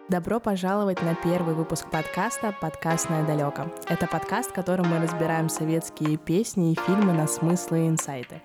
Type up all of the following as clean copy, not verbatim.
Добро пожаловать на первый выпуск подкаста «Подкастное далеко». Это подкаст, в котором мы разбираем советские песни и фильмы на смыслы и инсайты.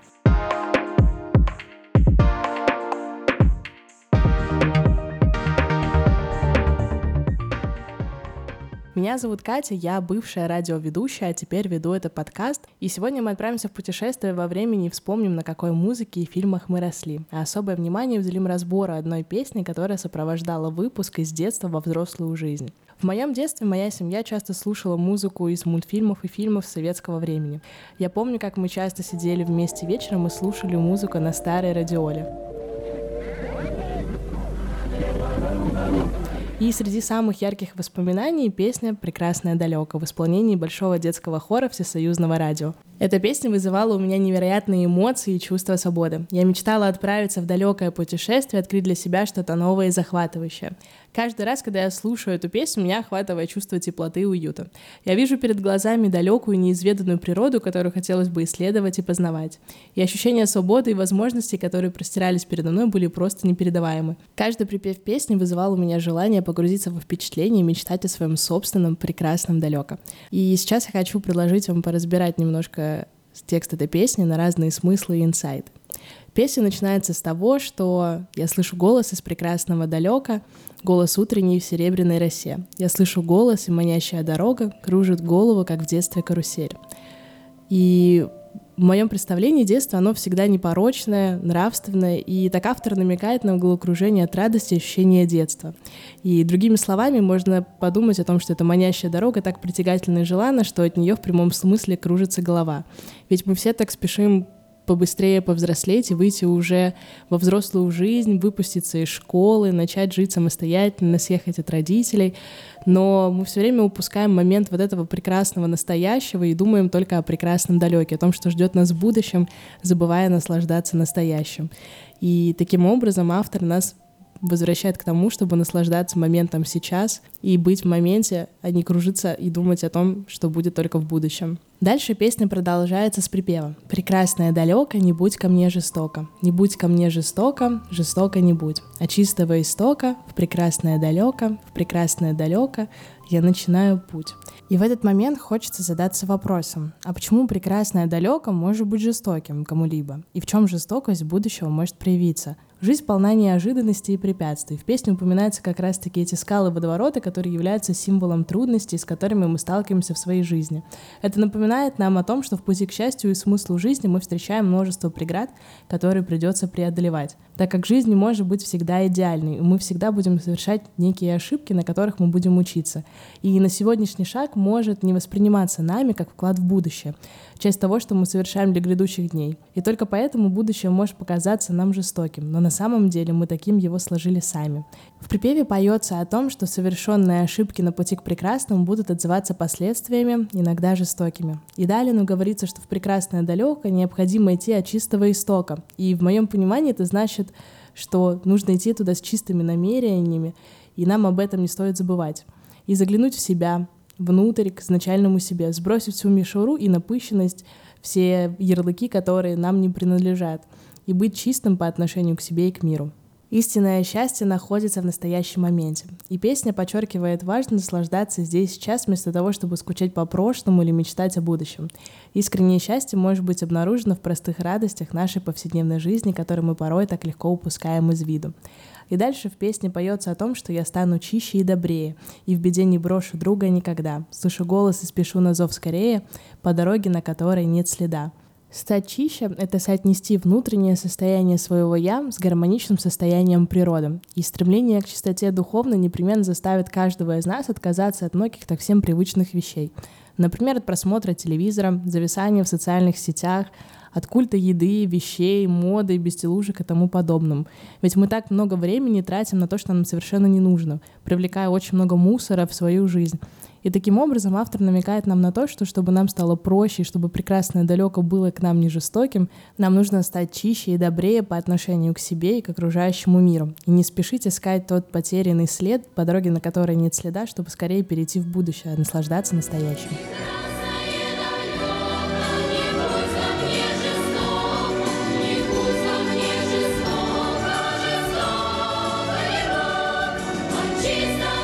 Меня зовут Катя, я бывшая радиоведущая, а теперь веду этот подкаст. И сегодня мы отправимся в путешествие во времени и вспомним, на какой музыке и фильмах мы росли. А особое внимание уделим разбору одной песни, которая сопровождала выпуск из детства во взрослую жизнь. В моем детстве моя семья часто слушала музыку из мультфильмов и фильмов советского времени. Я помню, как мы часто сидели вместе вечером и слушали музыку на старой радиоле. И среди самых ярких воспоминаний песня «Прекрасное далеко» в исполнении Большого детского хора Всесоюзного радио. Эта песня вызывала у меня невероятные эмоции и чувство свободы. Я мечтала отправиться в далекое путешествие, открыть для себя что-то новое и захватывающее. Каждый раз, когда я слушаю эту песню, меня охватывает чувство теплоты и уюта. Я вижу перед глазами далекую неизведанную природу, которую хотелось бы исследовать и познавать. И ощущения свободы и возможностей, которые простирались передо мной, были просто непередаваемы. Каждый припев песни вызывал у меня желание погрузиться во впечатление и мечтать о своем собственном прекрасном далеко. И сейчас я хочу предложить вам поразбирать немножко текст этой песни на разные смыслы и инсайты. Песня начинается с того, что я слышу голос из прекрасного далека, голос утренний в серебряной росе. Я слышу голос, и манящая дорога кружит голову, как в детстве карусель. И в моем представлении детство, оно всегда непорочное, нравственное, и так автор намекает на головокружение от радости и ощущения детства. И другими словами, можно подумать о том, что эта манящая дорога так притягательна и желанна, что от нее в прямом смысле кружится голова. Ведь мы все так спешим побыстрее повзрослеть и выйти уже во взрослую жизнь, выпуститься из школы, начать жить самостоятельно, съехать от родителей. Но мы все время упускаем момент вот этого прекрасного настоящего и думаем только о прекрасном далеке, о том, что ждет нас в будущем, забывая наслаждаться настоящим. И таким образом автор нас возвращает к тому, чтобы наслаждаться моментом сейчас и быть в моменте, а не кружиться и думать о том, что будет только в будущем. Дальше песня продолжается с припевом. «Прекрасное далеко, не будь ко мне жестоко. Не будь ко мне жестоко, жестоко не будь. А чистого истока в прекрасное далеко я начинаю путь». И в этот момент хочется задаться вопросом, а почему прекрасное далеко может быть жестоким кому-либо? И в чем жестокость будущего может проявиться? Жизнь полна неожиданностей и препятствий. В песне упоминаются как раз-таки эти скалы-водовороты, которые являются символом трудностей, с которыми мы сталкиваемся в своей жизни. Это напоминает нам о том, что в пути к счастью и смыслу жизни мы встречаем множество преград, которые придется преодолевать. Так как жизнь не может быть всегда идеальной, и мы всегда будем совершать некие ошибки, на которых мы будем учиться. И на сегодняшний шаг может не восприниматься нами как вклад в будущее, часть того, что мы совершаем для грядущих дней. И только поэтому будущее может показаться нам жестоким, но на самом деле мы таким его сложили сами. В припеве поется о том, что совершенные ошибки на пути к прекрасному будут отзываться последствиями, иногда жестокими. И далее говорится, что в прекрасное далеко необходимо идти от чистого истока. И в моем понимании это значит, что нужно идти туда с чистыми намерениями, и нам об этом не стоит забывать. И заглянуть в себя, внутрь, к изначальному себе, сбросить всю мишуру и напыщенность, все ярлыки, которые нам не принадлежат, и быть чистым по отношению к себе и к миру. Истинное счастье находится в настоящем моменте. И песня подчеркивает важность наслаждаться здесь и сейчас, вместо того, чтобы скучать по прошлому или мечтать о будущем. Искреннее счастье может быть обнаружено в простых радостях нашей повседневной жизни, которые мы порой так легко упускаем из виду. И дальше в песне поется о том, что я стану чище и добрее, и в беде не брошу друга никогда. Слышу голос и спешу на зов скорее, по дороге, на которой нет следа. Стать чище — это соотнести внутреннее состояние своего «я» с гармоничным состоянием природы. И стремление к чистоте духовной непременно заставит каждого из нас отказаться от многих так всем привычных вещей. Например, от просмотра телевизора, зависания в социальных сетях, от культа еды, вещей, моды, безделушек и тому подобному. Ведь мы так много времени тратим на то, что нам совершенно не нужно, привлекая очень много мусора в свою жизнь. И таким образом автор намекает нам на то, что чтобы нам стало проще, чтобы прекрасное далеко было к нам не жестоким, нам нужно стать чище и добрее по отношению к себе и к окружающему миру. И не спешить искать тот потерянный след, по дороге, на которой нет следа, чтобы скорее перейти в будущее, наслаждаться настоящим. Чисто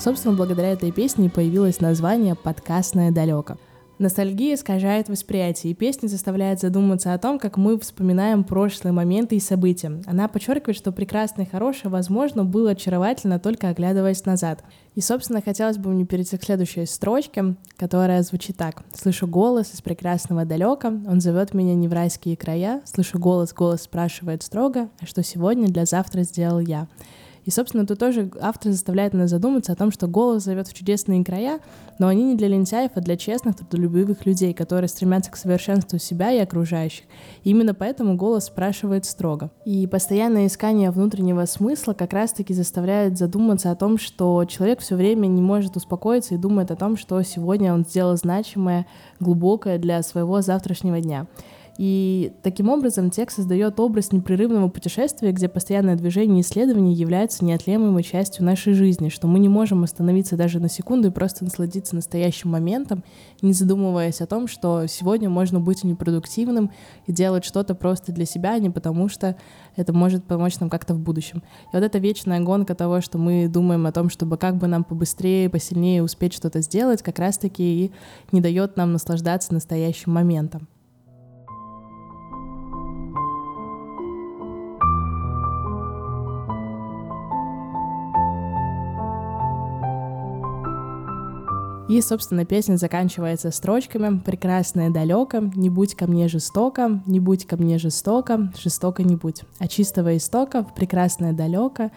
Собственно, благодаря этой песне появилось название «Подкастное далеко». Ностальгия искажает восприятие, и песня заставляет задуматься о том, как мы вспоминаем прошлые моменты и события. Она подчеркивает, что прекрасное и хорошее, возможно, было очаровательно, только оглядываясь назад. И, собственно, хотелось бы мне перейти к следующей строчке, которая звучит так. «Слышу голос из прекрасного далека, он зовет меня не в райские края. Слышу голос, голос спрашивает строго, а что сегодня для завтра сделал я». И, собственно, тут тоже автор заставляет нас задуматься о том, что голос зовет в чудесные края, но они не для лентяев, а для честных, трудолюбивых людей, которые стремятся к совершенству себя и окружающих. И именно поэтому голос спрашивает строго. И постоянное искание внутреннего смысла как раз-таки заставляет задуматься о том, что человек все время не может успокоиться и думает о том, что сегодня он сделал значимое, глубокое для своего завтрашнего дня. И таким образом текст создает образ непрерывного путешествия, где постоянное движение и исследование являются неотъемлемой частью нашей жизни, что мы не можем остановиться даже на секунду и просто насладиться настоящим моментом, не задумываясь о том, что сегодня можно быть непродуктивным и делать что-то просто для себя, а не потому что это может помочь нам как-то в будущем. И вот эта вечная гонка того, что мы думаем о том, чтобы как бы нам побыстрее, посильнее успеть что-то сделать, как раз-таки и не дает нам наслаждаться настоящим моментом. И, собственно, песня заканчивается строчками «Прекрасное далеко, не будь ко мне жестоко, не будь ко мне жестоко, жестоко не будь. А чистого истока в прекрасное далеко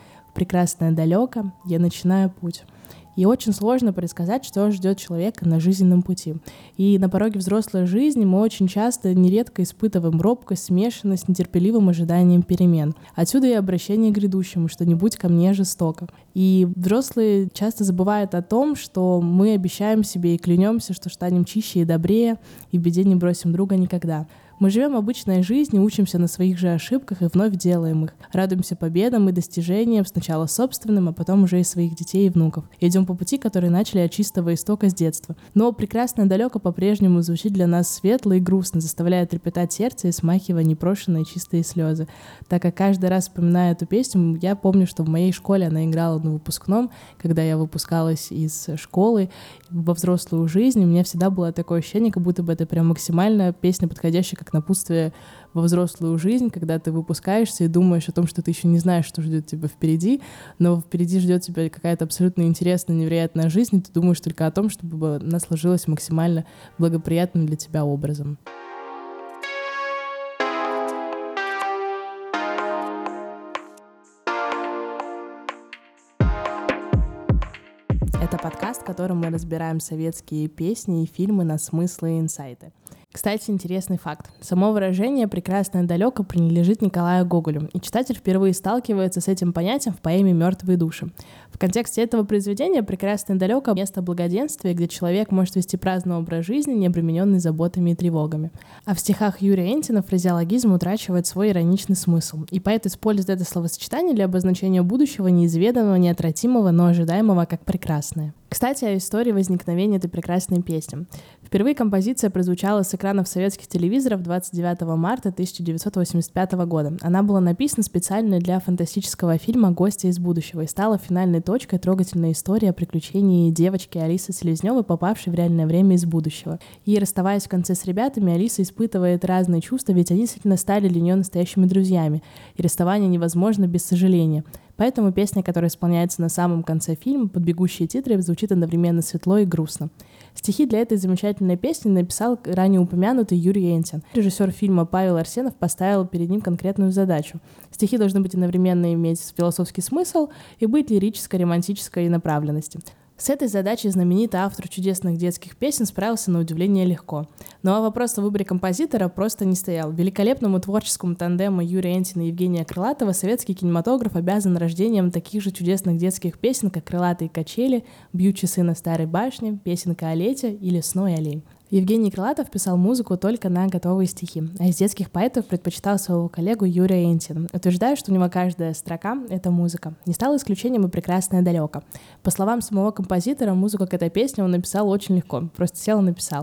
я начинаю путь». И очень сложно предсказать, что ждет человека на жизненном пути. И на пороге взрослой жизни мы очень часто, нередко испытываем робкость, смешанность с нетерпеливым ожиданием перемен. Отсюда и обращение к грядущему, что не будь ко мне жестоко. И взрослые часто забывают о том, что мы обещаем себе и клянемся, что станем чище и добрее, и в беде не бросим друга никогда. Мы живем обычной жизнью, учимся на своих же ошибках и вновь делаем их. Радуемся победам и достижениям, сначала собственным, а потом уже и своих детей и внуков. Идем по пути, который начали от чистого истока с детства. Но прекрасное далеко по-прежнему звучит для нас светло и грустно, заставляя трепетать сердце и смахивая непрошенные чистые слезы. Так как каждый раз, вспоминая эту песню, я помню, что в моей школе она играла на выпускном, когда я выпускалась из школы во взрослую жизнь, у меня всегда было такое ощущение, как будто бы это прям максимально песня, подходящая как напутствие во взрослую жизнь, когда ты выпускаешься и думаешь о том, что ты еще не знаешь, что ждет тебя впереди, но впереди ждет тебя какая-то абсолютно интересная, невероятная жизнь, и ты думаешь только о том, чтобы она сложилась максимально благоприятным для тебя образом. Это подкаст, в котором мы разбираем советские песни и фильмы на смыслы и инсайты. Кстати, интересный факт. Само выражение «прекрасное далеко» принадлежит Николаю Гоголю, и читатель впервые сталкивается с этим понятием в поэме «Мертвые души». В контексте этого произведения «прекрасное далеко» — место благоденствия, где человек может вести праздный образ жизни, не обремененный заботами и тревогами. А в стихах Юрия Энтина фразеологизм утрачивает свой ироничный смысл, и поэт использует это словосочетание для обозначения будущего неизведанного, неотвратимого, но ожидаемого как прекрасное. Кстати, о истории возникновения этой прекрасной песни. Впервые композиция прозвучала с экранов советских телевизоров 29 марта 1985 года. Она была написана специально для фантастического фильма «Гостья из будущего» и стала финальной точкой трогательной истории о приключении девочки Алисы Селезневой, попавшей в реальное время из будущего. И, расставаясь в конце с ребятами, Алиса испытывает разные чувства, ведь они действительно стали для нее настоящими друзьями, и расставание невозможно без сожаления. Поэтому песня, которая исполняется на самом конце фильма, под бегущие титры, звучит одновременно светло и грустно. Стихи для этой замечательной песни написал ранее упомянутый Юрий Энтин. Режиссер фильма Павел Арсенов поставил перед ним конкретную задачу. Стихи должны быть одновременно иметь философский смысл и быть лирической, романтической направленности. С этой задачей знаменитый автор чудесных детских песен справился на удивление легко. Ну а вопрос о выборе композитора просто не стоял. Великолепному творческому тандему Юрия Энтина и Евгения Крылатова советский кинематограф обязан рождением таких же чудесных детских песен, как «Крылатые качели», «Бьют часы на старой башне», «Песенка о лете» и «Лесной аллей». Евгений Крылатов писал музыку только на готовые стихи, а из детских поэтов предпочитал своего коллегу Юрия Энтина, утверждая, что у него каждая строка — это музыка. Не стало исключением и «Прекрасное далеко». По словам самого композитора, музыку к этой песне он написал очень легко, просто сел и написал.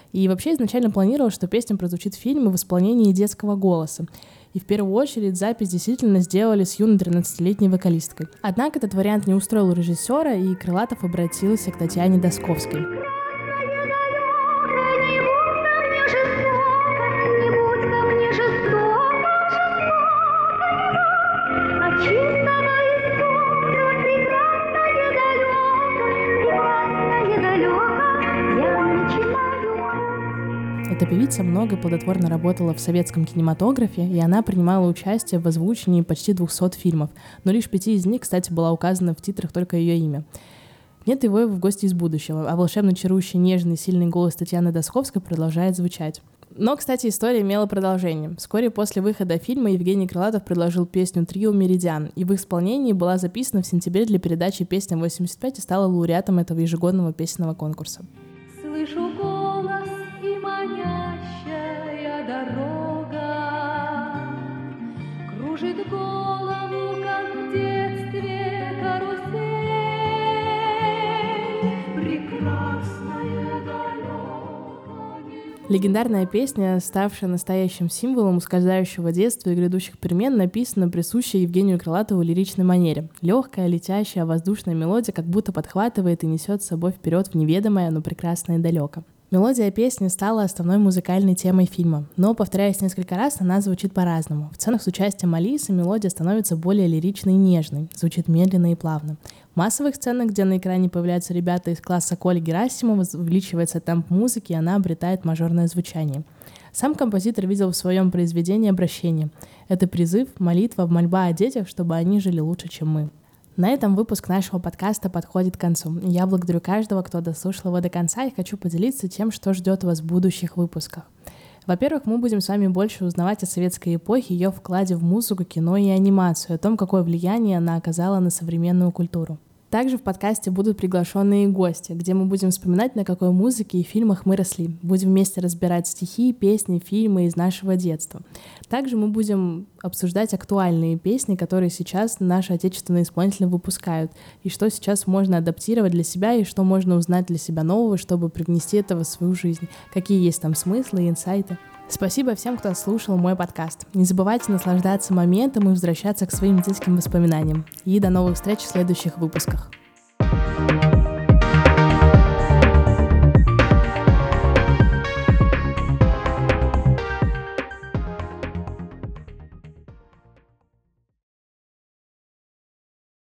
И вообще изначально планировал, что песня прозвучит в фильме в исполнении детского голоса. И в первую очередь запись действительно сделали с юной 13-летней вокалисткой. Однако этот вариант не устроил режиссера, и Крылатов обратился к Татьяне Досковской. Эта певица много и плодотворно работала в советском кинематографе, и она принимала участие в озвучении почти 200 фильмов, но лишь 5 из них, кстати, была указана в титрах только ее имя. «Нет его в гости из будущего», а волшебно-чарующий, нежный, сильный голос Татьяны Досковской продолжает звучать. Но, кстати, история имела продолжение. Вскоре после выхода фильма Евгений Крылатов предложил песню «Трио Меридиан», и в их исполнении была записана в сентябре для передачи «Песня 85» и стала лауреатом этого ежегодного песенного конкурса. Слышу голос и манящая дорога кружит голову, как в детстве карусель, прекрасная далеко. Легендарная песня, ставшая настоящим символом ускользающего детства и грядущих перемен, написана присущей Евгению Крылатову лиричной манере. Легкая, летящая, воздушная мелодия как будто подхватывает и несет с собой вперед в неведомое, но прекрасное далеко. Мелодия песни стала основной музыкальной темой фильма, но, повторяясь несколько раз, она звучит по-разному. В сценах с участием Алисы мелодия становится более лиричной и нежной, звучит медленно и плавно. В массовых сценах, где на экране появляются ребята из класса Коли Герасимова, увеличивается темп музыки, и она обретает мажорное звучание. Сам композитор видел в своем произведении обращение. Это призыв, молитва, мольба о детях, чтобы они жили лучше, чем мы. На этом выпуск нашего подкаста подходит к концу. Я благодарю каждого, кто дослушал его до конца, и хочу поделиться тем, что ждет вас в будущих выпусках. Во-первых, мы будем с вами больше узнавать о советской эпохе, ее вкладе в музыку, кино и анимацию, о том, какое влияние она оказала на современную культуру. Также в подкасте будут приглашенные гости, где мы будем вспоминать, на какой музыке и фильмах мы росли. Будем вместе разбирать стихи, песни, фильмы из нашего детства. Также мы будем обсуждать актуальные песни, которые сейчас наши отечественные исполнители выпускают, и что сейчас можно адаптировать для себя, и что можно узнать для себя нового, чтобы привнести это в свою жизнь, какие есть там смыслы и инсайты. Спасибо всем, кто слушал мой подкаст. Не забывайте наслаждаться моментом и возвращаться к своим детским воспоминаниям. И до новых встреч в следующих выпусках.